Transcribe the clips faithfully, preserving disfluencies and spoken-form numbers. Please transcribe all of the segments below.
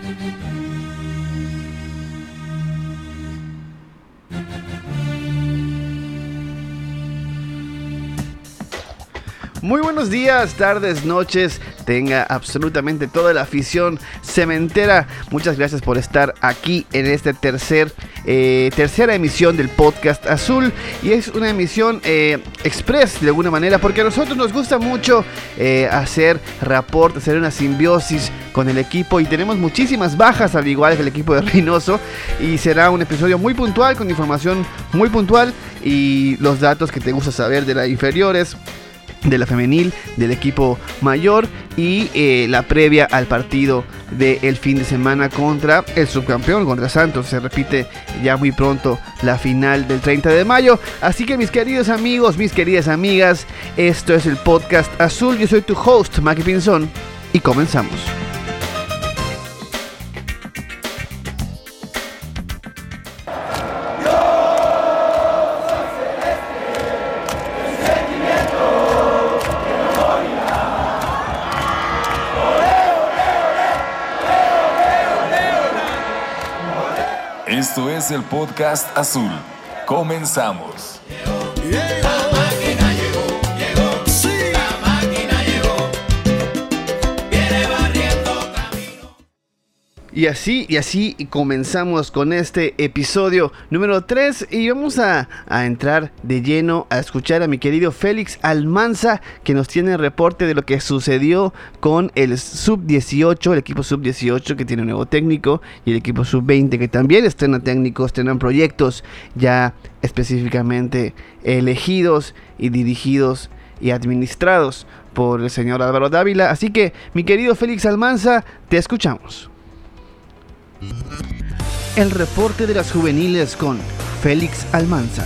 Muy buenos días, tardes, noches, tenga absolutamente toda la afición cementera. Muchas gracias por estar aquí en esta tercer, eh, tercera emisión del Podcast Azul. Y es una emisión eh, express de alguna manera, porque a nosotros nos gusta mucho eh, hacer rapport, hacer una simbiosis con el equipo. Y tenemos muchísimas bajas, al igual que el equipo de Reynoso. Y será un episodio muy puntual, con información muy puntual y los datos que te gusta saber de las inferiores, de la femenil, del equipo mayor y eh, la previa al partido del fin de semana contra el subcampeón, contra Santos. Se repite ya muy pronto la final del treinta de mayo. Así que mis queridos amigos, mis queridas amigas, esto es el Podcast Azul. Yo soy tu host, Maki Pinzón, y comenzamos. Esto es el Podcast Azul. Comenzamos. La máquina llegó, llegó, sí. La máquina llegó, viene barriendo camino. Y así, y así comenzamos con este episodio número tres. Y vamos a, a entrar de lleno a escuchar a mi querido Félix Almanza, que nos tiene el reporte de lo que sucedió con el sub dieciocho, el equipo sub dieciocho que tiene un nuevo técnico, y el equipo sub veinte que también estrena técnicos, estrenan proyectos ya específicamente elegidos y dirigidos y administrados por el señor Álvaro Dávila. Así que, mi querido Félix Almanza, te escuchamos. El reporte de las juveniles con Félix Almanza.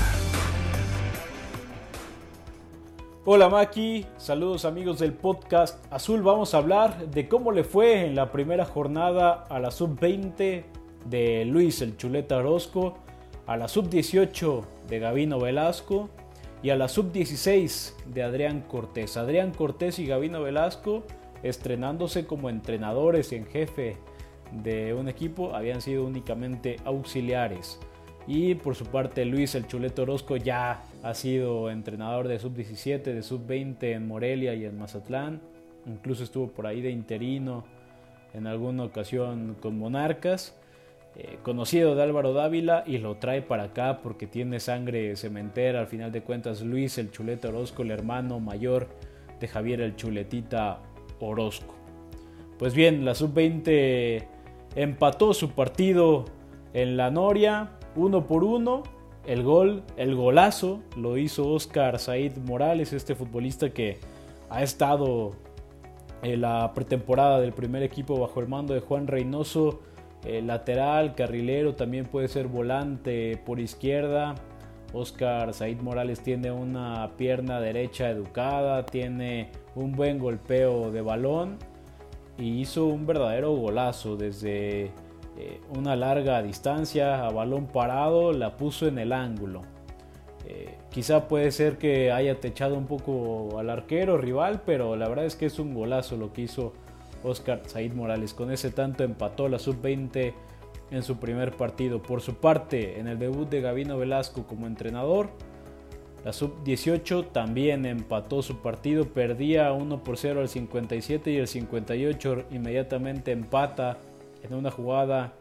Hola Maki, saludos amigos del Podcast Azul. Vamos a hablar de cómo le fue en la primera jornada a la sub veinte de Luis el Chuleta Orozco, a la sub dieciocho de Gabino Velasco y a la sub dieciséis de Adrián Cortés. Adrián Cortés y Gabino Velasco, estrenándose como entrenadores en jefe de un equipo, habían sido únicamente auxiliares. Y por su parte Luis el Chuleta Orozco ya ha sido entrenador de sub diecisiete, de sub veinte en Morelia y en Mazatlán. Incluso estuvo por ahí de interino en alguna ocasión con Monarcas. Eh, conocido de Álvaro Dávila, y lo trae para acá porque tiene sangre cementera. Al final de cuentas, Luis el Chuleta Orozco, el hermano mayor de Javier el Chuletita Orozco. Pues bien, la sub veinte empató su partido en la Noria, uno por uno. El gol, el golazo, lo hizo Oscar Said Morales, este futbolista que ha estado en la pretemporada del primer equipo bajo el mando de Juan Reynoso. Eh, lateral, carrilero, también puede ser volante por izquierda. Oscar Said Morales tiene una pierna derecha educada, tiene un buen golpeo de balón y hizo un verdadero golazo desde eh, una larga distancia a balón parado, la puso en el ángulo. Eh, quizá puede ser que haya techado un poco al arquero rival, pero la verdad es que es un golazo lo que hizo Oscar Said Morales. Con ese tanto empató la sub veinte en su primer partido. Por su parte, en el debut de Gabino Velasco como entrenador, la sub dieciocho también empató su partido, perdía uno por cero al cincuenta y siete y el cincuenta y ocho inmediatamente empata en una jugada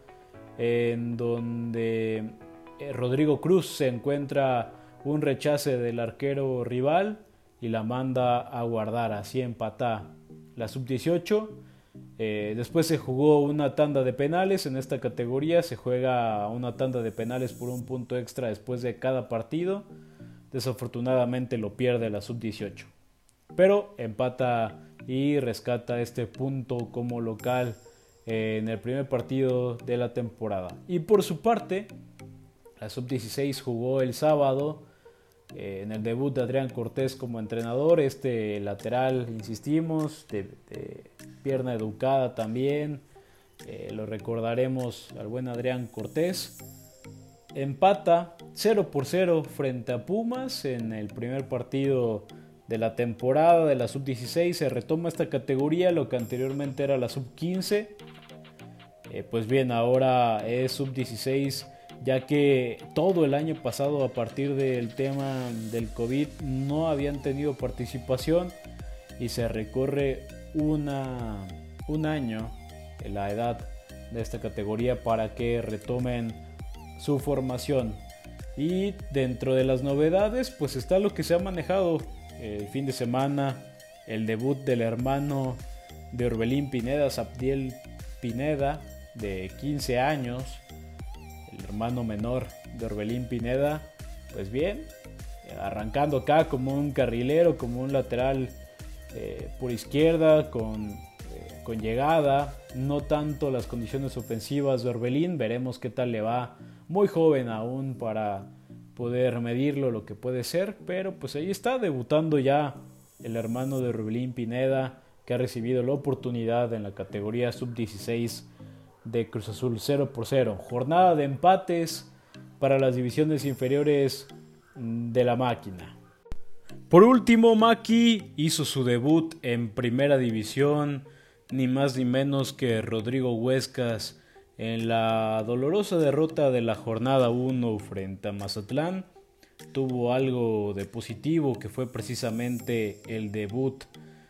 en donde Rodrigo Cruz se encuentra un rechace del arquero rival y la manda a guardar. Así empata la sub dieciocho. Eh, después se jugó una tanda de penales. En esta categoría se juega una tanda de penales por un punto extra después de cada partido. Desafortunadamente lo pierde la sub dieciocho, pero empata y rescata este punto como local eh, en el primer partido de la temporada. Y por su parte, la sub dieciséis jugó el sábado eh, en el debut de Adrián Cortés como entrenador. Este lateral, insistimos, de, de pierna educada también, eh, lo recordaremos al buen Adrián Cortés. Empata cero por cero frente a Pumas en el primer partido de la temporada de la sub dieciséis. Se retoma esta categoría, lo que anteriormente era la sub quince. Eh, pues bien, ahora es sub dieciséis, ya que todo el año pasado, a partir del tema del COVID, no habían tenido participación y se recorre una, un año en la edad de esta categoría para que retomen su formación. Y dentro de las novedades, pues está lo que se ha manejado el fin de semana, el debut del hermano de Orbelín Pineda, Zabdiel Pineda, de quince años, el hermano menor de Orbelín Pineda. Pues bien, arrancando acá como un carrilero, como un lateral eh, por izquierda, con, eh, con llegada, no tanto las condiciones ofensivas de Orbelín. Veremos qué tal le va, muy joven aún para poder medirlo lo que puede ser, pero pues ahí está debutando ya el hermano de Orbelín Pineda, que ha recibido la oportunidad en la categoría sub dieciséis de Cruz Azul. Cero por cero, jornada de empates para las divisiones inferiores de la máquina. Por último, Maki hizo su debut en primera división, ni más ni menos que Rodrigo Huescas, en la dolorosa derrota de la jornada uno frente a Mazatlán. Tuvo algo de positivo, que fue precisamente el debut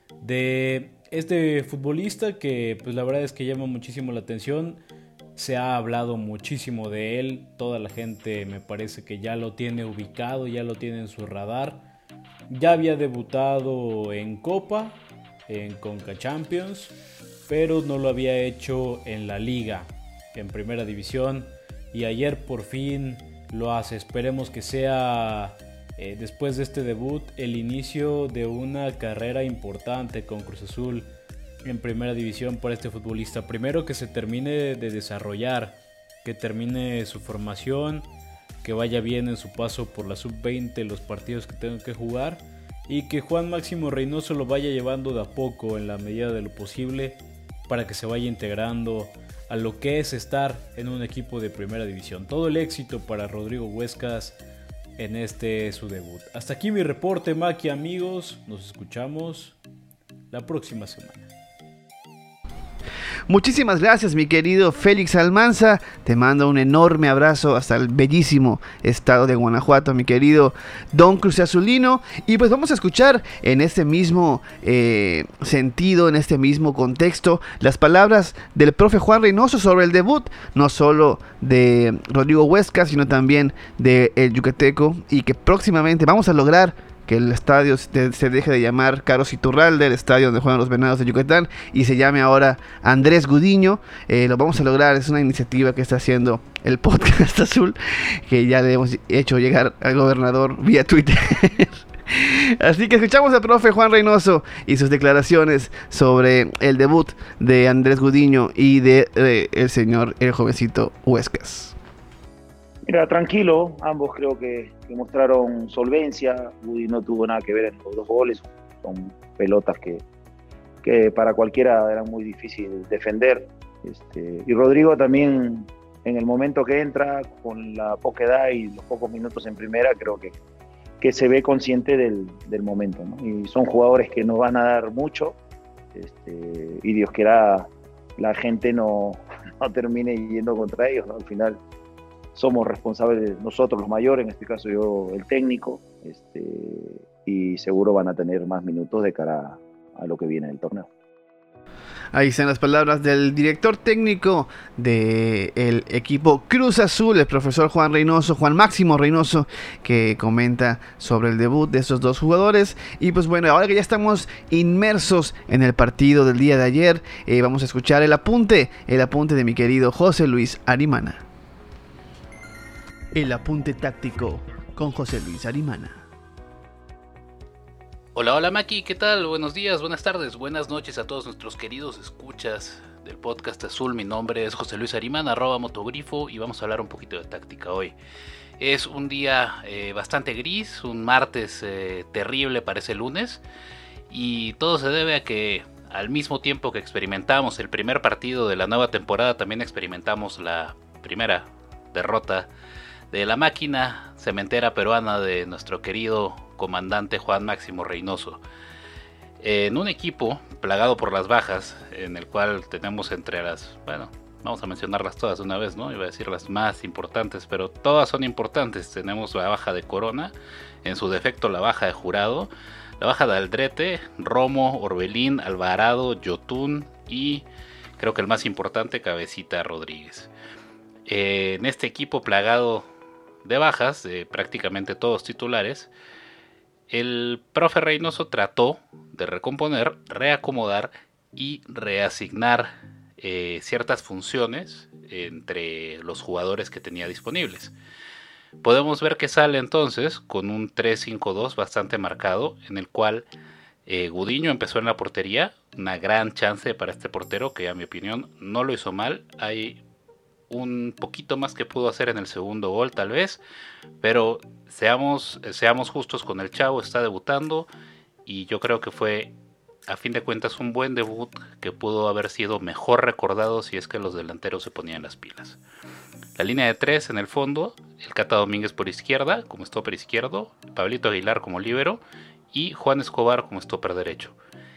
de este futbolista, que pues la verdad es que llama muchísimo la atención. Se ha hablado muchísimo de él, toda la gente me parece que ya lo tiene ubicado, ya lo tiene en su radar. Ya había debutado en Copa, en Conca Champions, pero no lo había hecho en la Liga, en primera división, y ayer por fin lo hace. Esperemos que sea, eh, después de este debut, el inicio de una carrera importante con Cruz Azul en primera división para este futbolista. Primero, que se termine de desarrollar, que termine su formación, que vaya bien en su paso por la sub veinte, los partidos que tenga que jugar, y que Juan Máximo Reynoso lo vaya llevando de a poco en la medida de lo posible para que se vaya integrando a lo que es estar en un equipo de primera división. Todo el éxito para Rodrigo Huescas en este su debut. Hasta aquí mi reporte, Maki, amigos. Nos escuchamos la próxima semana. Muchísimas gracias, mi querido Félix Almanza. Te mando un enorme abrazo hasta el bellísimo estado de Guanajuato, mi querido Don Cruz Azulino. Y pues vamos a escuchar en este mismo eh, sentido, en este mismo contexto, las palabras del profe Juan Reynoso sobre el debut, no solo de Rodrigo Huescas, sino también de el yucateco, y que próximamente vamos a lograr que el estadio se deje de llamar Carlos Iturralde, el estadio donde juegan los Venados de Yucatán, y se llame ahora Andrés Gudiño. Eh, lo vamos a lograr, es una iniciativa que está haciendo el Podcast Azul, que ya le hemos hecho llegar al gobernador vía Twitter. Así que escuchamos al profe Juan Reynoso y sus declaraciones sobre el debut de Andrés Gudiño y de eh, el señor, el jovencito Huescas. Mira, tranquilo, ambos creo que, que mostraron solvencia. Woody no tuvo nada que ver en los dos goles, son pelotas que, que para cualquiera eran muy difícil defender. Este, y Rodrigo también, en el momento que entra, con la poca edad y los pocos minutos en primera, creo que, que se ve consciente del, del momento, ¿no? Y son jugadores que nos van a dar mucho, este, y Dios quiera la gente no, no termine yendo contra ellos, ¿no? Al final somos responsables nosotros los mayores, en este caso yo el técnico, este, y seguro van a tener más minutos de cara a, a lo que viene del torneo. Ahí están las palabras del director técnico del equipo Cruz Azul, el profesor Juan Reynoso, Juan Máximo Reynoso, que comenta sobre el debut de estos dos jugadores. Y pues bueno, ahora que ya estamos inmersos en el partido del día de ayer, eh, vamos a escuchar el apunte, el apunte de mi querido José Luis Arimana. El apunte táctico con José Luis Arimana. Hola, hola Maki, ¿qué tal? Buenos días, buenas tardes, buenas noches a todos nuestros queridos escuchas del Podcast Azul. Mi nombre es José Luis Arimana, arroba motogrifo, y vamos a hablar un poquito de táctica hoy. Es un día eh, bastante gris, un martes eh, terrible, parece lunes, y todo se debe a que al mismo tiempo que experimentamos el primer partido de la nueva temporada, también experimentamos la primera derrota de la máquina cementera peruana de nuestro querido comandante Juan Máximo Reynoso. En un equipo plagado por las bajas, en el cual tenemos entre las, bueno, vamos a mencionarlas todas de una vez, ¿no? Iba a decir las más importantes, pero todas son importantes. Tenemos la baja de Corona, en su defecto la baja de Jurado, la baja de Aldrete, Romo, Orbelín, Alvarado, Yotún y creo que el más importante, Cabecita Rodríguez. Eh, en este equipo plagado de bajas, de prácticamente todos titulares, el profe Reynoso trató de recomponer, reacomodar y reasignar eh, ciertas funciones entre los jugadores que tenía disponibles. Podemos ver que sale entonces con un tres cinco dos bastante marcado, en el cual eh, Gudiño empezó en la portería, una gran chance para este portero que a mi opinión no lo hizo mal. Hay un poquito más que pudo hacer en el segundo gol tal vez, pero seamos, seamos justos con el chavo, está debutando y yo creo que fue a fin de cuentas un buen debut que pudo haber sido mejor recordado si es que los delanteros se ponían las pilas. La línea de tres en el fondo, el Cata Domínguez por izquierda como stopper izquierdo, Pablito Aguilar como líbero y Juan Escobar como stopper derecho.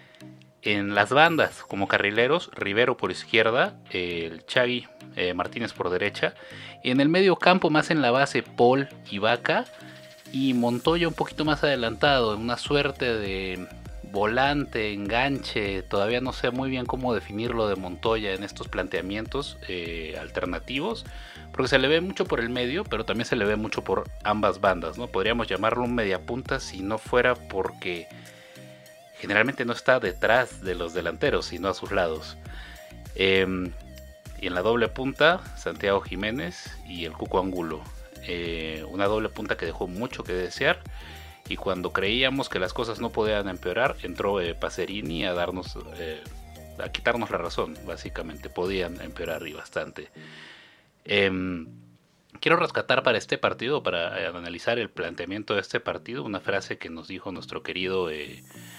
En las bandas, como carrileros, Rivero por izquierda, el Chagui eh, Martínez por derecha. En el medio campo, más en la base, Paul y Vaca. Y Montoya un poquito más adelantado, en una suerte de volante, enganche. Todavía no sé muy bien cómo definirlo de Montoya en estos planteamientos eh, alternativos. Porque se le ve mucho por el medio, pero también se le ve mucho por ambas bandas, ¿no? Podríamos llamarlo un mediapunta si no fuera porque generalmente no está detrás de los delanteros, sino a sus lados. Eh, y en la doble punta, Santiago Jiménez y el Cuco Angulo. Eh, una doble punta que dejó mucho que desear. Y cuando creíamos que las cosas no podían empeorar, entró eh, Pacerini a darnos, eh, a quitarnos la razón, básicamente. Podían empeorar y bastante. Eh, quiero rescatar para este partido, para eh, analizar el planteamiento de este partido, una frase que nos dijo nuestro querido... Eh,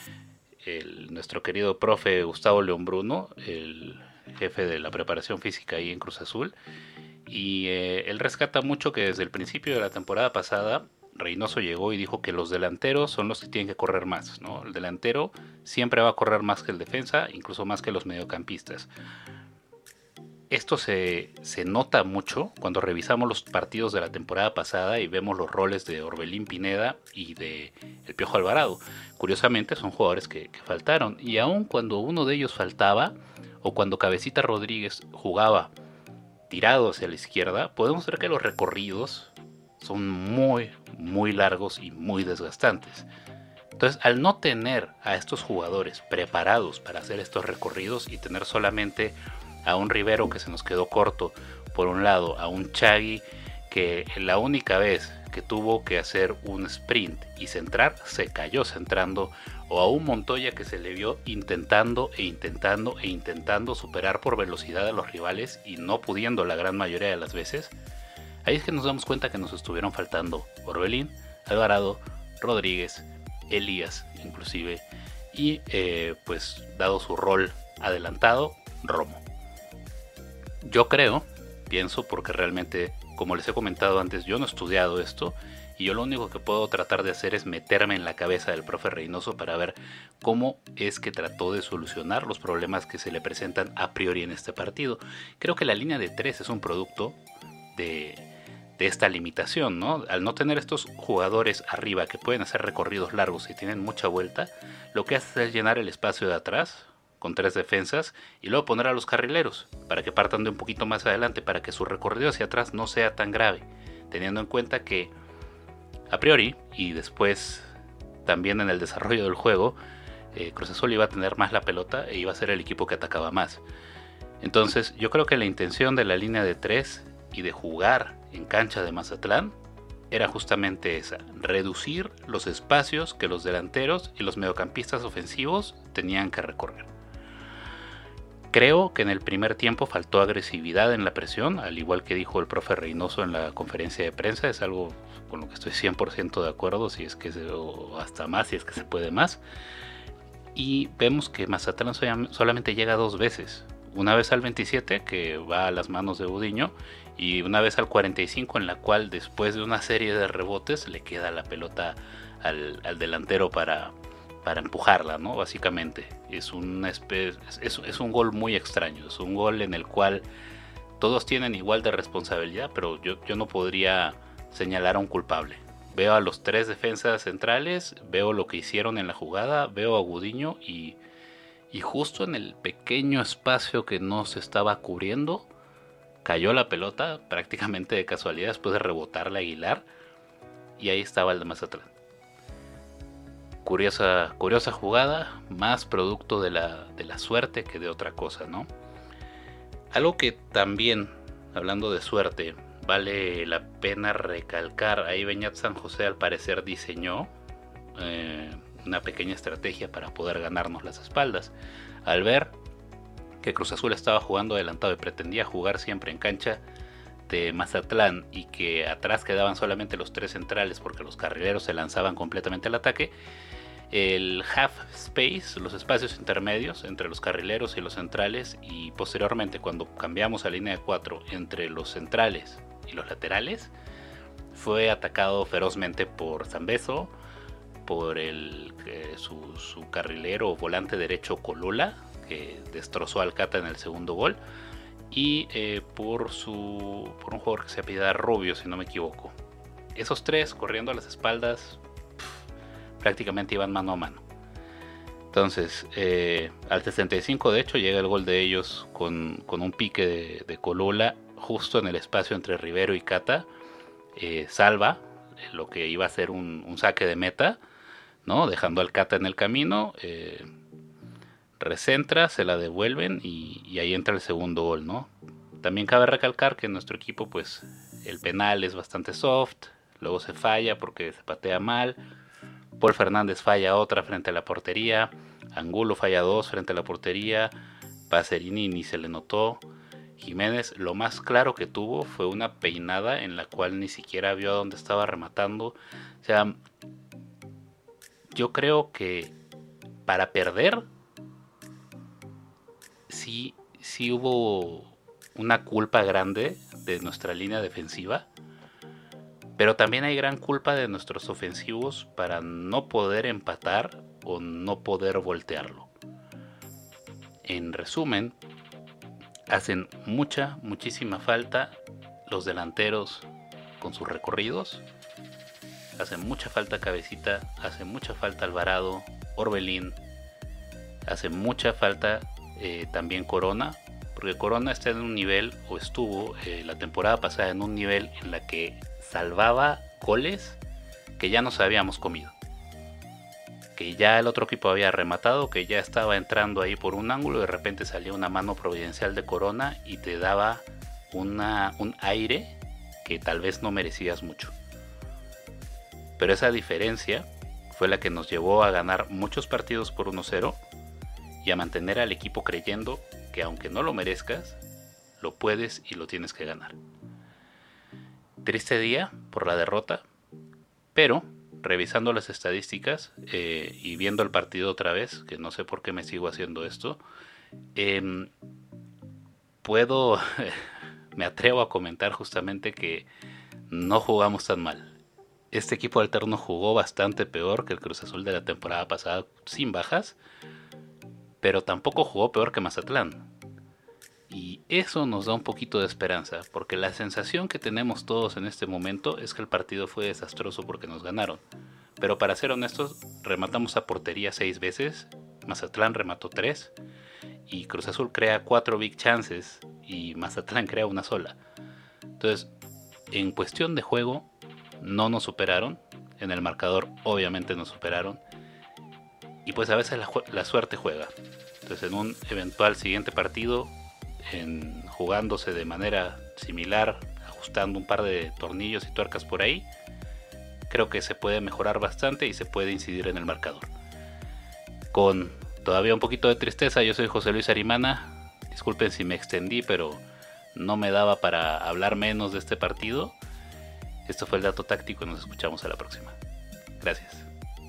El, nuestro querido profe Gustavo León Bruno, el jefe de la preparación física ahí en Cruz Azul, y eh, él rescata mucho que desde el principio de la temporada pasada Reynoso llegó y dijo que los delanteros son los que tienen que correr más, ¿no? El delantero siempre va a correr más que el defensa, incluso más que los mediocampistas. Esto se, se nota mucho cuando revisamos los partidos de la temporada pasada y vemos los roles de Orbelín Pineda y de El Piojo Alvarado. Curiosamente son jugadores que, que faltaron, y aun cuando uno de ellos faltaba o cuando Cabecita Rodríguez jugaba tirado hacia la izquierda, podemos ver que los recorridos son muy muy largos y muy desgastantes. Entonces, al no tener a estos jugadores preparados para hacer estos recorridos y tener solamente a un Rivero que se nos quedó corto por un lado, a un Chagui que la única vez que tuvo que hacer un sprint y centrar, se cayó centrando, o a un Montoya que se le vio intentando e intentando e intentando superar por velocidad a los rivales y no pudiendo la gran mayoría de las veces, ahí es que nos damos cuenta que nos estuvieron faltando Orbelín, Alvarado, Rodríguez, Elías inclusive, y eh, pues dado su rol adelantado, Romo. Yo creo, pienso porque realmente, como les he comentado antes, yo no he estudiado esto y yo lo único que puedo tratar de hacer es meterme en la cabeza del profe Reynoso para ver cómo es que trató de solucionar los problemas que se le presentan a priori en este partido. Creo que la línea de tres es un producto de, de esta limitación, ¿no? Al no tener estos jugadores arriba que pueden hacer recorridos largos y tienen mucha vuelta, lo que hace es llenar el espacio de atrás con tres defensas y luego poner a los carrileros para que partan de un poquito más adelante, para que su recorrido hacia atrás no sea tan grave, teniendo en cuenta que a priori y después también en el desarrollo del juego, eh, Cruz Azul iba a tener más la pelota e iba a ser el equipo que atacaba más. Entonces yo creo que la intención de la línea de tres y de jugar en cancha de Mazatlán era justamente esa: reducir los espacios que los delanteros y los mediocampistas ofensivos tenían que recorrer. Creo que en el primer tiempo faltó agresividad en la presión, al igual que dijo el profe Reynoso en la conferencia de prensa. Es algo con lo que estoy cien por ciento de acuerdo, si es que se, o hasta más, si es que se puede más. Y vemos que Mazatlán solamente llega dos veces. Una vez al veintisiete, que va a las manos de Gudiño, y una vez al cuarenta y cinco, en la cual después de una serie de rebotes le queda la pelota al, al delantero para... para empujarla, ¿no? Básicamente es un, es, es un gol muy extraño, es un gol en el cual todos tienen igual de responsabilidad, pero yo, yo no podría señalar a un culpable. Veo a los tres defensas centrales, veo lo que hicieron en la jugada, veo a Gudiño y, y justo en el pequeño espacio que no se estaba cubriendo, cayó la pelota prácticamente de casualidad después de rebotarle a Aguilar y ahí estaba el de Mazatlán. Curiosa, curiosa jugada, más producto de la, de la suerte que de otra cosa, ¿no? Algo que también, hablando de suerte, vale la pena recalcar, ahí Beñat San José al parecer diseñó eh, una pequeña estrategia para poder ganarnos las espaldas. Al ver que Cruz Azul estaba jugando adelantado y pretendía jugar siempre en cancha de Mazatlán y que atrás quedaban solamente los tres centrales porque los carrileros se lanzaban completamente al ataque, el half space, los espacios intermedios entre los carrileros y los centrales, y posteriormente cuando cambiamos a línea de cuatro entre los centrales y los laterales, fue atacado ferozmente por Zambeso, por el, eh, su, su carrilero o volante derecho Colula, que destrozó al Cata en el segundo gol, y eh, por, su, por un jugador que se apellida Rubio, si no me equivoco. Esos tres corriendo a las espaldas prácticamente iban mano a mano. Entonces, eh, al sesenta y cinco de hecho llega el gol de ellos con, con un pique de, de Colula justo en el espacio entre Rivero y Cata. Eh, salva lo que iba a ser un, un saque de meta, ¿no? Dejando al Cata en el camino. Eh, recentra, se la devuelven y, y ahí entra el segundo gol, ¿no? También cabe recalcar que en nuestro equipo pues el penal es bastante soft, luego se falla porque se patea mal. Paul Fernández falla otra frente a la portería, Angulo falla dos frente a la portería, Pacerini ni se le notó. Jiménez lo más claro que tuvo fue una peinada en la cual ni siquiera vio a dónde estaba rematando. O sea, yo creo que para perder sí, sí hubo una culpa grande de nuestra línea defensiva. Pero también hay gran culpa de nuestros ofensivos para no poder empatar o no poder voltearlo. En resumen, hacen mucha, muchísima falta los delanteros con sus recorridos. Hace mucha falta Cabecita, hace mucha falta Alvarado, Orbelín. Hace mucha falta eh, también Corona, porque Corona está en un nivel, o estuvo eh, la temporada pasada en un nivel en la que salvaba goles que ya nos habíamos comido, que ya el otro equipo había rematado, que ya estaba entrando ahí por un ángulo y de repente salía una mano providencial de Corona y te daba una, un aire que tal vez no merecías mucho. Pero esa diferencia fue la que nos llevó a ganar muchos partidos por uno cero y a mantener al equipo creyendo que aunque no lo merezcas, lo puedes y lo tienes que ganar. Triste día por la derrota, pero revisando las estadísticas eh, y viendo el partido otra vez, que no sé por qué me sigo haciendo esto, eh, puedo, me atrevo a comentar justamente que no jugamos tan mal. Este equipo alterno jugó bastante peor que el Cruz Azul de la temporada pasada sin bajas, pero tampoco jugó peor que Mazatlán. Y eso nos da un poquito de esperanza, porque la sensación que tenemos todos en este momento es que el partido fue desastroso porque nos ganaron. Pero para ser honestos, rematamos a portería seis veces, Mazatlán remató tres, y Cruz Azul crea cuatro big chances, y Mazatlán crea una sola. Entonces, en cuestión de juego, no nos superaron, en el marcador obviamente nos superaron, y pues a veces la, la suerte juega. Entonces en un eventual siguiente partido, en, jugándose de manera similar, ajustando un par de tornillos y tuercas por ahí, creo que se puede mejorar bastante y se puede incidir en el marcador. Con todavía un poquito de tristeza, yo soy José Luis Arimana, disculpen si me extendí, pero no me daba para hablar menos de este partido. Esto fue el Dato Táctico y nos escuchamos a la próxima. Gracias.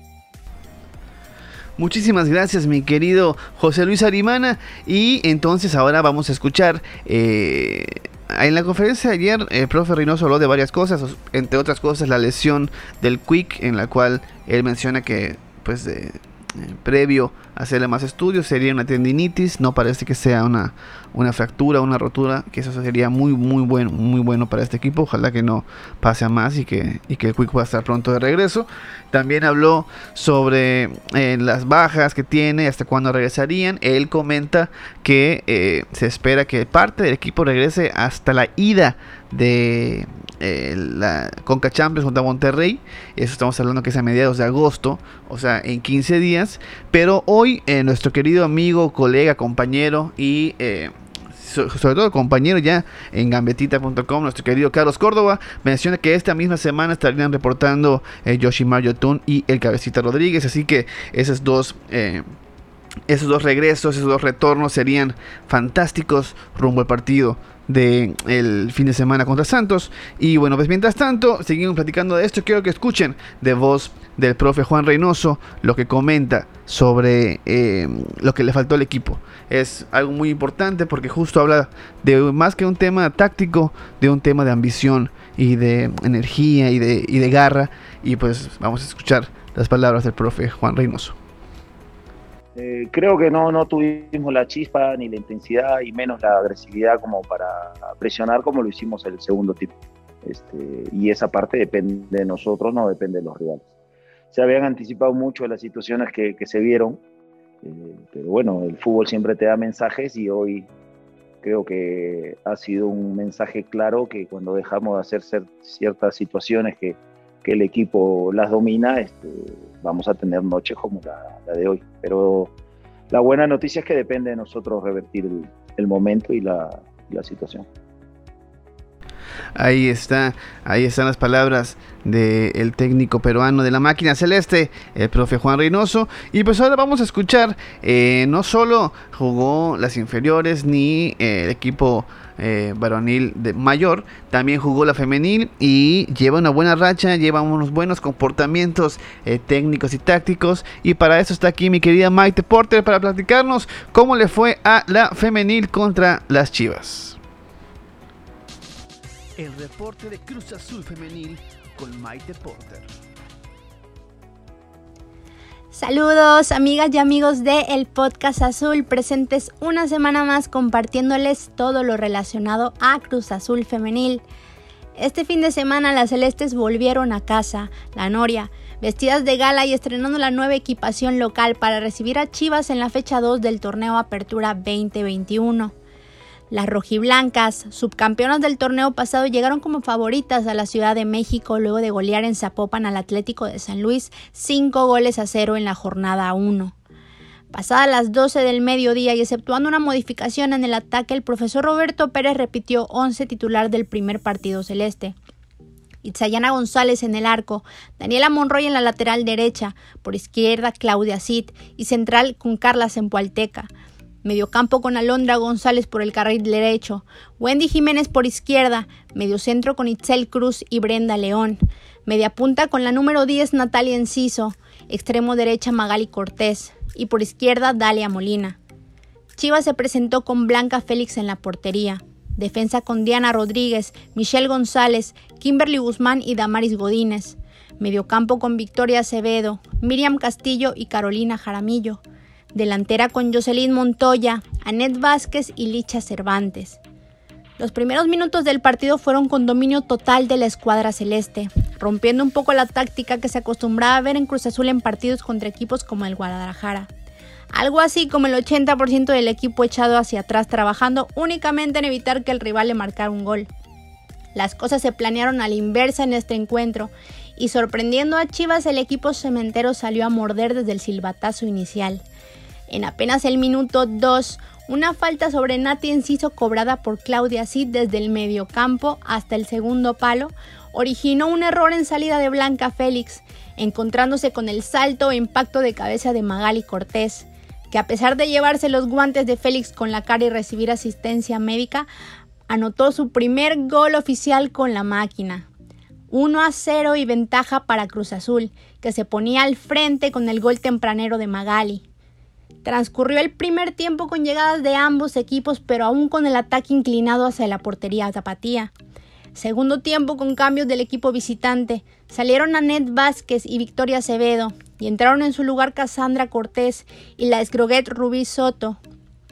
Muchísimas gracias, mi querido José Luis Arimana. Y entonces ahora vamos a escuchar... Eh, en la conferencia de ayer, el profe Reynoso habló de varias cosas, entre otras cosas la lesión del Quick, en la cual él menciona que pues eh, eh, previo a hacerle más estudios sería una tendinitis. No parece que sea una, una fractura, una rotura, que eso sería muy muy bueno, muy bueno para este equipo. Ojalá que no pase a más y que, y que el Quick pueda estar pronto de regreso. También habló sobre eh, las bajas que tiene, hasta cuándo regresarían. Él comenta que eh, se espera que parte del equipo regrese hasta la ida de eh, la Conca Champions contra Monterrey. Eso estamos hablando que es a mediados de agosto, o sea, en quince días. Pero hoy eh, nuestro querido amigo, colega, compañero y eh, so, sobre todo compañero ya en gambetita punto com, nuestro querido Carlos Córdoba, menciona que esta misma semana estarían reportando eh, Yoshimar Yotun y el Cabecita Rodríguez. Así que esos dos eh, esos dos regresos, esos dos retornos serían fantásticos rumbo al partido del fin de semana contra Santos. Y bueno, pues mientras tanto seguimos platicando de esto. Quiero que escuchen de voz del profe Juan Reynoso lo que comenta sobre eh, lo que le faltó al equipo. Es algo muy importante porque justo habla de más que un tema táctico, de un tema de ambición y de energía y de, y de garra. Y pues vamos a escuchar las palabras del profe Juan Reynoso. Eh, creo que no, no tuvimos la chispa ni la intensidad y menos la agresividad como para presionar como lo hicimos el segundo tiempo. Este, y esa parte depende de nosotros, no depende de los rivales. Se habían anticipado mucho de las situaciones que, que se vieron, eh, pero bueno, el fútbol siempre te da mensajes y hoy creo que ha sido un mensaje claro que cuando dejamos de hacer ser ciertas situaciones que, que el equipo las domina, este, vamos a tener noches como la, la de hoy. Pero la buena noticia es que depende de nosotros revertir el, el momento y la, la situación. Ahí está, ahí están las palabras del técnico peruano de la máquina celeste, el profe Juan Reynoso. Y pues ahora vamos a escuchar, eh, no solo jugó las inferiores ni eh, el equipo eh, varonil de mayor, también jugó la femenil y lleva una buena racha, lleva unos buenos comportamientos eh, técnicos y tácticos. Y para eso está aquí mi querida Maite Porter para platicarnos cómo le fue a la femenil contra las Chivas. El reporte de Cruz Azul Femenil con Maite Porter. Saludos amigas y amigos de El Podcast Azul, presentes una semana más compartiéndoles todo lo relacionado a Cruz Azul Femenil. Este fin de semana las celestes volvieron a casa, la Noria, vestidas de gala y estrenando la nueva equipación local para recibir a Chivas en la fecha dos del torneo Apertura veinte veintiuno. Las rojiblancas, subcampeonas del torneo pasado, llegaron como favoritas a la Ciudad de México luego de golear en Zapopan al Atlético de San Luis cinco goles a cero en la jornada uno. Pasadas las doce del mediodía y exceptuando una modificación en el ataque, el profesor Roberto Pérez repitió once titular del primer partido celeste. Itzayana González en el arco, Daniela Monroy en la lateral derecha, por izquierda Claudia Cid y central con Carla Zempoalteca. Mediocampo con Alondra González por el carril derecho, Wendy Jiménez por izquierda, mediocentro con Itzel Cruz y Brenda León, mediapunta con la número diez Natalia Enciso, extremo derecha Magali Cortés y por izquierda Dalia Molina. Chivas se presentó con Blanca Félix en la portería, defensa con Diana Rodríguez, Michelle González, Kimberly Guzmán y Damaris Godínez, mediocampo con Victoria Acevedo, Miriam Castillo y Carolina Jaramillo, delantera con Jocelyn Montoya, Anet Vázquez y Licha Cervantes. Los primeros minutos del partido fueron con dominio total de la escuadra celeste, rompiendo un poco la táctica que se acostumbraba a ver en Cruz Azul en partidos contra equipos como el Guadalajara. Algo así como el ochenta por ciento del equipo echado hacia atrás, trabajando únicamente en evitar que el rival le marcara un gol. Las cosas se planearon a la inversa en este encuentro, y sorprendiendo a Chivas, el equipo cementero salió a morder desde el silbatazo inicial. En apenas el minuto dos, una falta sobre Nati Enciso cobrada por Claudia Cid desde el mediocampo hasta el segundo palo originó un error en salida de Blanca Félix, encontrándose con el salto e impacto de cabeza de Magali Cortés, que a pesar de llevarse los guantes de Félix con la cara y recibir asistencia médica, anotó su primer gol oficial con la máquina. uno a cero y ventaja para Cruz Azul, que se ponía al frente con el gol tempranero de Magali. Transcurrió el primer tiempo con llegadas de ambos equipos, pero aún con el ataque inclinado hacia la portería tapatía. Segundo tiempo con cambios del equipo visitante. Salieron Anet Vázquez y Victoria Acevedo y entraron en su lugar Cassandra Cortés y la esgroguet Rubí Soto.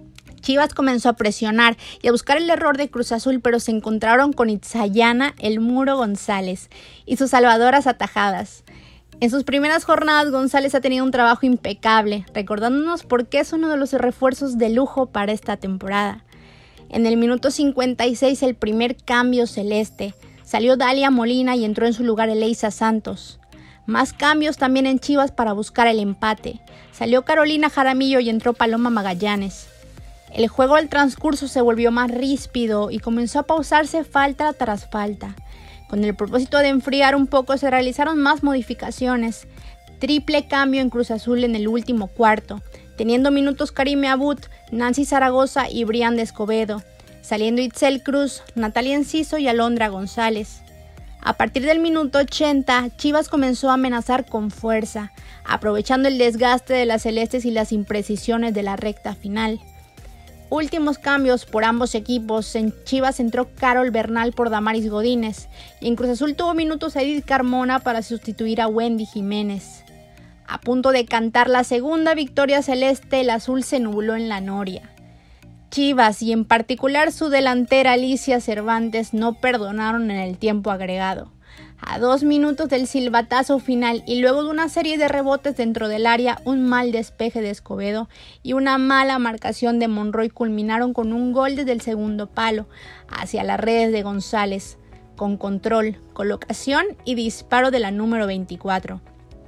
Chivas comenzó a presionar y a buscar el error de Cruz Azul, pero se encontraron con Itzayana, el Muro González, y sus salvadoras atajadas. En sus primeras jornadas, González ha tenido un trabajo impecable, recordándonos por qué es uno de los refuerzos de lujo para esta temporada. En el minuto cincuenta y seis, el primer cambio celeste. Salió Dalia Molina y entró en su lugar Elisa Santos. Más cambios también en Chivas para buscar el empate. Salió Carolina Jaramillo y entró Paloma Magallanes. El juego al transcurso se volvió más ríspido y comenzó a pausarse falta tras falta. Con el propósito de enfriar un poco se realizaron más modificaciones. Triple cambio en Cruz Azul en el último cuarto, teniendo minutos Karime Abud, Nancy Zaragoza y Brian de Escobedo, saliendo Itzel Cruz, Natalia Enciso y Alondra González. A partir del minuto ochenta, Chivas comenzó a amenazar con fuerza, aprovechando el desgaste de las celestes y las imprecisiones de la recta final. Últimos cambios por ambos equipos. En Chivas entró Carol Bernal por Damaris Godínez y en Cruz Azul tuvo minutos Edith Carmona para sustituir a Wendy Jiménez. A punto de cantar la segunda victoria celeste, el azul se nubló en la noria. Chivas y en particular su delantera Alicia Cervantes no perdonaron en el tiempo agregado. A dos minutos del silbatazo final y luego de una serie de rebotes dentro del área, un mal despeje de Escobedo y una mala marcación de Monroy culminaron con un gol desde el segundo palo hacia las redes de González, con control, colocación y disparo de la número veinticuatro.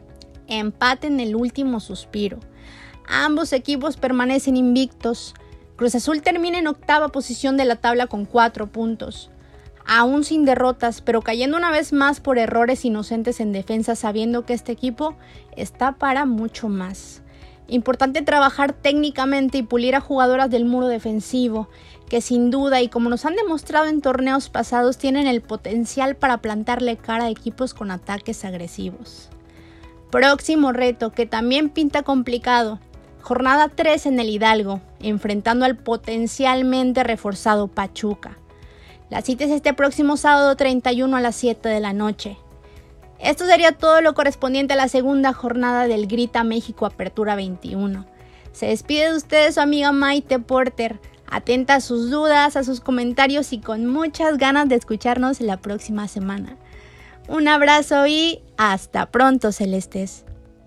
Empate en el último suspiro. Ambos equipos permanecen invictos. Cruz Azul termina en octava posición de la tabla con cuatro puntos. Aún sin derrotas, pero cayendo una vez más por errores inocentes en defensa, sabiendo que este equipo está para mucho más. Importante trabajar técnicamente y pulir a jugadoras del muro defensivo, que sin duda y como nos han demostrado en torneos pasados, tienen el potencial para plantarle cara a equipos con ataques agresivos. Próximo reto, que también pinta complicado. Jornada tres en el Hidalgo, enfrentando al potencialmente reforzado Pachuca. La cita es este próximo sábado treinta y uno a las siete de la noche. Esto sería todo lo correspondiente a la segunda jornada del Grita México Apertura veintiuno. Se despide de ustedes su amiga Maite Porter, atenta a sus dudas, a sus comentarios y con muchas ganas de escucharnos la próxima semana. Un abrazo y hasta pronto, Celestes.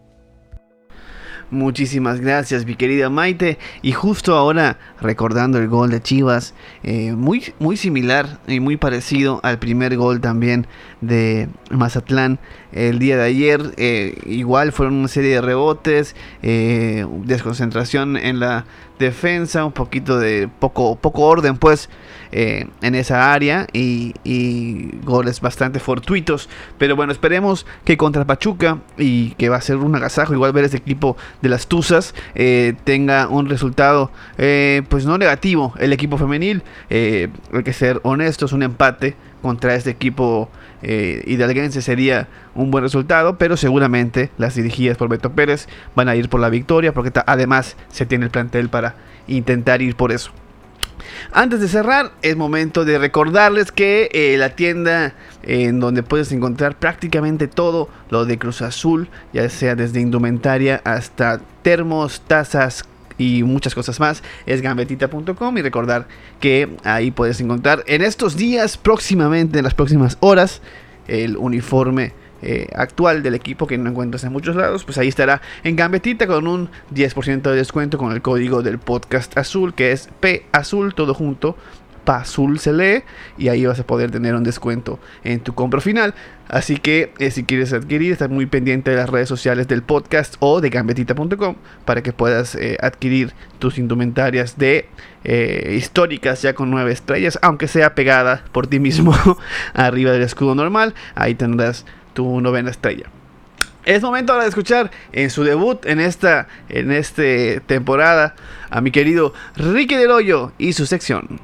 Muchísimas gracias, mi querida Maite. Y justo ahora, recordando el gol de Chivas, eh, muy, muy similar y muy parecido al primer gol también de Mazatlán el día de ayer. Eh, igual fueron una serie de rebotes, eh, desconcentración en la defensa, un poquito de poco, poco orden pues eh, en esa área y, y goles bastante fortuitos. Pero bueno, esperemos que contra Pachuca, y que va a ser un agasajo igual ver este equipo de las Tuzas, eh, tenga un resultado eh, pues no negativo el equipo femenil. Eh, hay que ser honestos, un empate contra este equipo eh, hidalguense sería un buen resultado, pero seguramente las dirigidas por Beto Pérez van a ir por la victoria, porque ta- además se tiene el plantel para intentar ir por eso. Antes de cerrar, es momento de recordarles que eh, la tienda eh, en donde puedes encontrar prácticamente todo lo de Cruz Azul, ya sea desde indumentaria hasta termos, tazas y muchas cosas más, es gambetita punto com. Y recordar que ahí puedes encontrar en estos días, próximamente, en las próximas horas, el uniforme eh, actual del equipo que no encuentras en muchos lados. Pues ahí estará en Gambetita con un diez por ciento de descuento con el código del podcast azul, que es P azul, todo junto, Pazul se lee, y ahí vas a poder tener un descuento en tu compra final. Así que eh, si quieres adquirir, estás muy pendiente de las redes sociales del podcast o de gambetita punto com para que puedas eh, adquirir tus indumentarias de eh, históricas ya con nueve estrellas, aunque sea pegada por ti mismo arriba del escudo normal. Ahí tendrás tu novena estrella. Es momento ahora de escuchar en su debut en esta en este temporada a mi querido Ricky Del Hoyo y su sección.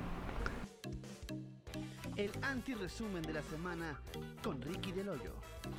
El anti-resumen de la semana con Ricky Del Hoyo.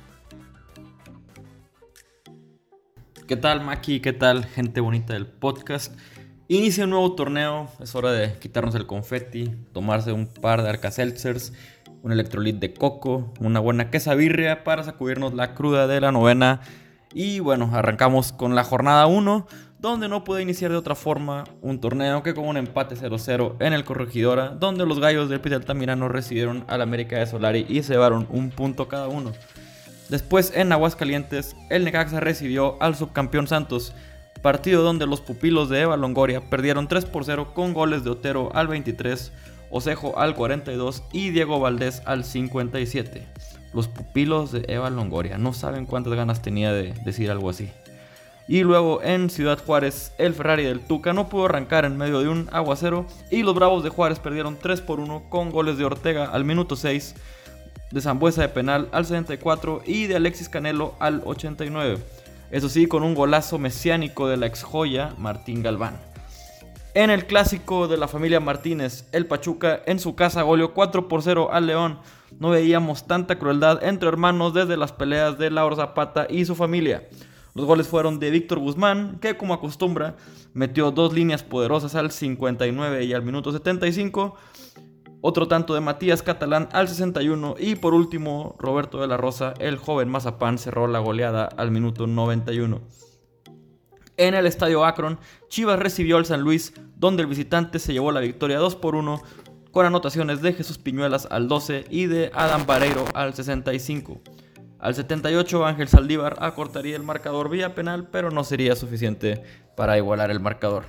¿Qué tal, Maki? ¿Qué tal, gente bonita del podcast? Inicia un nuevo torneo, es hora de quitarnos el confeti, tomarse un par de Alka-Seltzers, un electrolit de coco, una buena quesabirria para sacudirnos la cruda de la novena. Y bueno, arrancamos con la jornada uno, donde no puede iniciar de otra forma un torneo que con un empate cero cero en el Corregidora, donde los gallos del Pite Altamirano recibieron al América de Solari y se llevaron un punto cada uno. Después en Aguascalientes, el Necaxa recibió al subcampeón Santos, partido donde los pupilos de Eva Longoria perdieron tres por cero con goles de Otero al veintitrés, Osejo al cuarenta y dos y Diego Valdés al cincuenta y siete. Los pupilos de Eva Longoria, no saben cuántas ganas tenía de decir algo así. Y luego en Ciudad Juárez, el Ferrari del Tuca no pudo arrancar en medio de un aguacero y los Bravos de Juárez perdieron tres por uno con goles de Ortega al minuto seis, de Zambuesa de penal al setenta y cuatro y de Alexis Canelo al ochenta y nueve. Eso sí, con un golazo mesiánico de la ex joya Martín Galván. En el clásico de la familia Martínez, el Pachuca en su casa goleó cuatro por cero al León. No veíamos tanta crueldad entre hermanos desde las peleas de Lauro Zapata y su familia. Los goles fueron de Víctor Guzmán, que como acostumbra metió dos líneas poderosas al cincuenta y nueve y al minuto setenta y cinco. Otro tanto de Matías Catalán al sesenta y uno. Y por último, Roberto de la Rosa, el joven mazapán, cerró la goleada al minuto noventa y uno. En el estadio Akron, Chivas recibió al San Luis, donde el visitante se llevó la victoria dos por uno, con anotaciones de Jesús Piñuelas al doce y de Adam Vareiro al sesenta y cinco. Al setenta y ocho, Ángel Saldívar acortaría el marcador vía penal, pero no sería suficiente para igualar el marcador.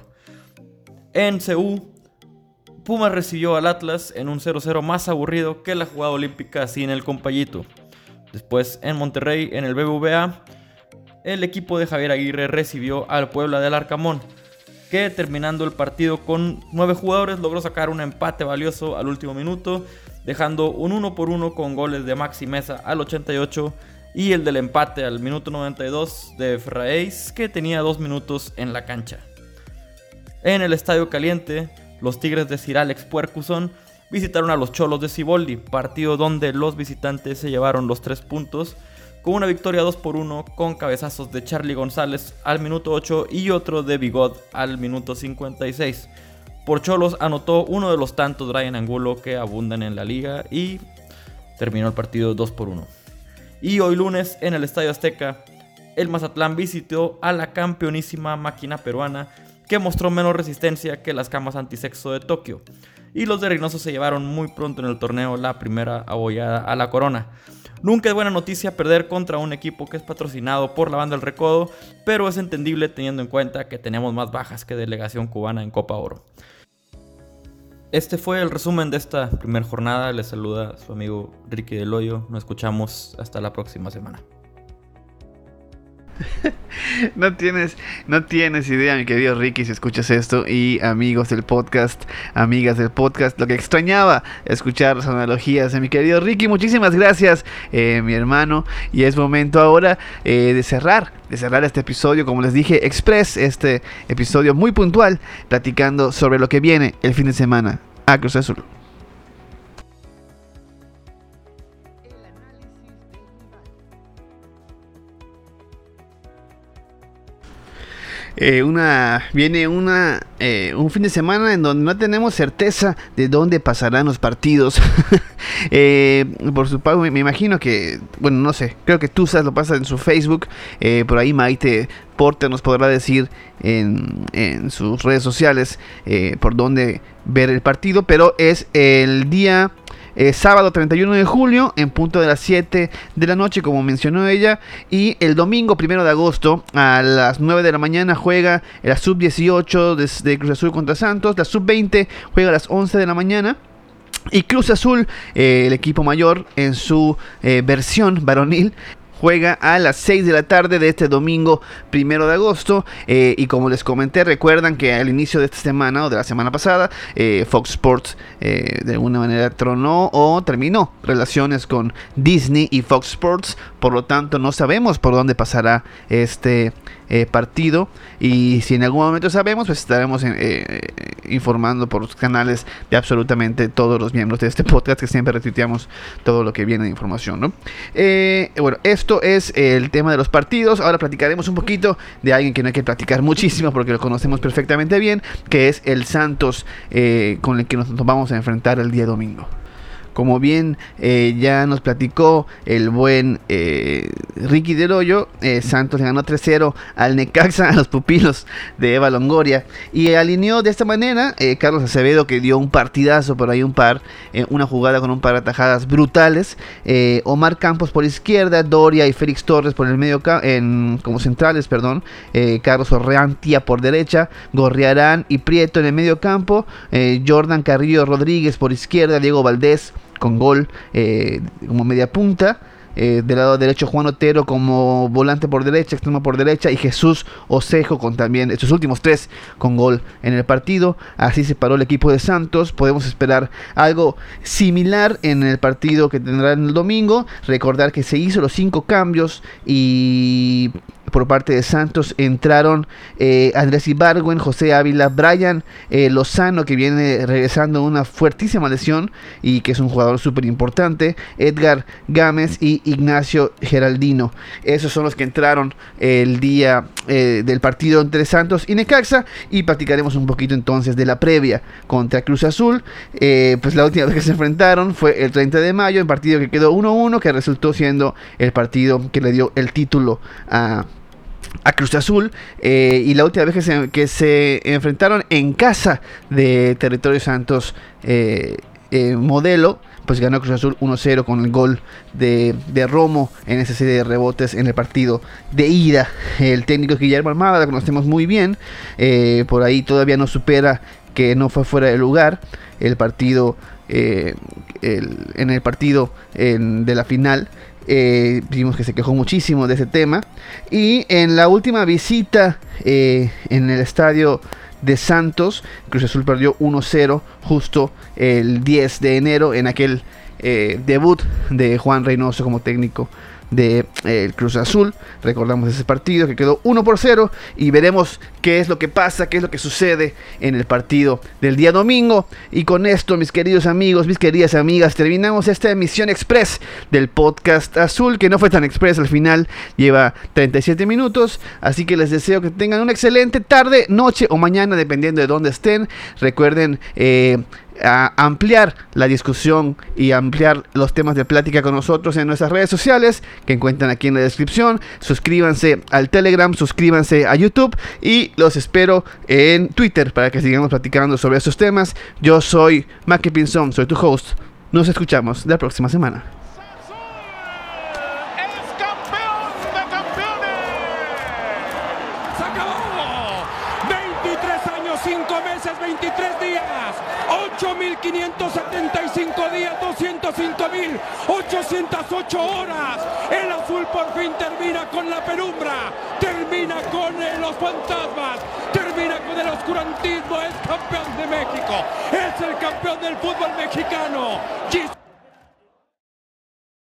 En C U, Pumas recibió al Atlas en un cero cero más aburrido que la jugada olímpica sin el compayito. Después, en Monterrey, en el B B V A, el equipo de Javier Aguirre recibió al Puebla del Arcamón, que terminando el partido con nueve jugadores logró sacar un empate valioso al último minuto, dejando un uno por uno con goles de Maxi Meza al ochenta y ocho y el del empate al minuto noventa y dos de Ferraéis, que tenía dos minutos en la cancha. En el Estadio Caliente, los Tigres de Sir Alex Puercusón visitaron a los Cholos de Siboldi, partido donde los visitantes se llevaron los tres puntos, con una victoria dos por uno con cabezazos de Charlie González al minuto ocho y otro de Bigot al minuto cincuenta y seis. Por Cholos anotó uno de los tantos Brian Angulo que abundan en la liga y terminó el partido dos por uno. Y hoy lunes en el Estadio Azteca, el Mazatlán visitó a la campeonísima máquina peruana, que mostró menos resistencia que las camas antisexo de Tokio. Y los de Reynoso se llevaron muy pronto en el torneo la primera abollada a la corona. Nunca es buena noticia perder contra un equipo que es patrocinado por la banda El Recodo, pero es entendible teniendo en cuenta que tenemos más bajas que delegación cubana en Copa Oro. Este fue el resumen de esta primera jornada. Les saluda su amigo Ricky Del Hoyo. Nos escuchamos hasta la próxima semana. No tienes, no tienes idea, mi querido Ricky, si escuchas esto, y amigos del podcast, amigas del podcast, lo que extrañaba escuchar las analogías de mi querido Ricky. Muchísimas gracias, eh, mi hermano, y es momento ahora eh, de cerrar, de cerrar este episodio, como les dije, express, este episodio muy puntual, platicando sobre lo que viene el fin de semana a Cruz Azul. Eh, una viene una eh, un fin de semana en donde no tenemos certeza de dónde pasarán los partidos. eh, por su parte, me, me imagino que, bueno, no sé, creo que Tuzas lo pasa en su Facebook. Eh, por ahí Maite Porter nos podrá decir en, en sus redes sociales eh, por dónde ver el partido, pero es el día Eh, sábado treinta y uno de julio en punto de las siete de la noche, como mencionó ella, y el domingo primero de agosto a las nueve de la mañana juega la sub dieciocho de, de Cruz Azul contra Santos, la sub veinte juega a las once de la mañana. Y Cruz Azul, eh, el equipo mayor en su eh, versión varonil, juega a las seis de la tarde de este domingo primero de agosto. Eh, y como les comenté, recuerdan que al inicio de esta semana o de la semana pasada, eh, Fox Sports eh, de alguna manera tronó o terminó relaciones con Disney y Fox Sports. Por lo tanto, no sabemos por dónde pasará este eh, partido. Y si en algún momento sabemos, pues estaremos eh, informando por los canales de absolutamente todos los miembros de este podcast, que siempre retuiteamos todo lo que viene de información, ¿no? Eh, bueno, esto es el tema de los partidos. Ahora platicaremos un poquito de alguien que no hay que platicar muchísimo porque lo conocemos perfectamente bien, que es el Santos, eh, con el que nos vamos a enfrentar el día domingo. como bien eh, ya nos platicó el buen eh, Ricky Del Hoyo, eh, Santos le ganó tres cero al Necaxa, a los pupilos de Eva Longoria, y alineó de esta manera eh, Carlos Acevedo, que dio un partidazo por ahí, un par, eh, una jugada con un par de atajadas brutales, eh, Omar Campos por izquierda, Doria y Félix Torres por el medio en, como centrales, perdón, eh, Carlos Orreantia por derecha, Gorriarán y Prieto en el medio campo, eh, Jordan Carrillo Rodríguez por izquierda, Diego Valdés con gol eh, como media punta. Eh, del lado derecho Juan Otero como volante por derecha, extremo por derecha, y Jesús Osejo con también estos últimos tres con gol en el partido. Así se paró el equipo de Santos. Podemos esperar algo similar en el partido que tendrá el domingo. Recordar que se hizo los cinco cambios y por parte de Santos entraron eh, Andrés Ibargüen, José Ávila, Brian eh, Lozano, que viene regresando de una fuertísima lesión y que es un jugador súper importante, Edgar Gámez y Ignacio Geraldino. Esos son los que entraron el día eh, del partido entre Santos y Necaxa, y platicaremos un poquito entonces de la previa contra Cruz Azul. Eh, pues la última vez que se enfrentaron fue el treinta de mayo, en partido que quedó uno uno, que resultó siendo el partido que le dio el título a a Cruz Azul, eh, y la última vez que se, que se enfrentaron en casa de Territorio Santos eh, eh, Modelo, pues ganó Cruz Azul uno cero con el gol de, de Romo en esa serie de rebotes en el partido de ida. El técnico es Guillermo Almada, lo conocemos muy bien, eh, por ahí todavía no supera que no fue fuera de lugar el partido, eh, el, en el partido en, de la final. Eh, vimos que se quejó muchísimo de ese tema. Y en la última visita eh, en el estadio de Santos, Cruz Azul perdió uno cero justo el diez de enero en aquel eh, debut de Juan Reynoso como técnico de eh, Cruz Azul. Recordamos ese partido que quedó uno por cero, y veremos qué es lo que pasa, qué es lo que sucede en el partido del día domingo. Y con esto, mis queridos amigos, mis queridas amigas, terminamos esta emisión express del podcast Azul, que no fue tan express al final, lleva treinta y siete minutos, así que les deseo que tengan una excelente tarde, noche o mañana, dependiendo de dónde estén. Recuerden eh, a ampliar la discusión y ampliar los temas de plática con nosotros en nuestras redes sociales que encuentran aquí en la descripción. Suscríbanse al Telegram, suscríbanse a YouTube, y los espero en Twitter para que sigamos platicando sobre estos temas. Yo soy Maki Pinzón, soy tu host. Nos escuchamos la próxima semana. ocho mil quinientos setenta y cinco días, doscientos cinco mil ochocientas ocho horas. El azul por fin termina con la penumbra, termina con eh, los fantasmas, termina con el oscurantismo. Es campeón de México, es el campeón del fútbol mexicano.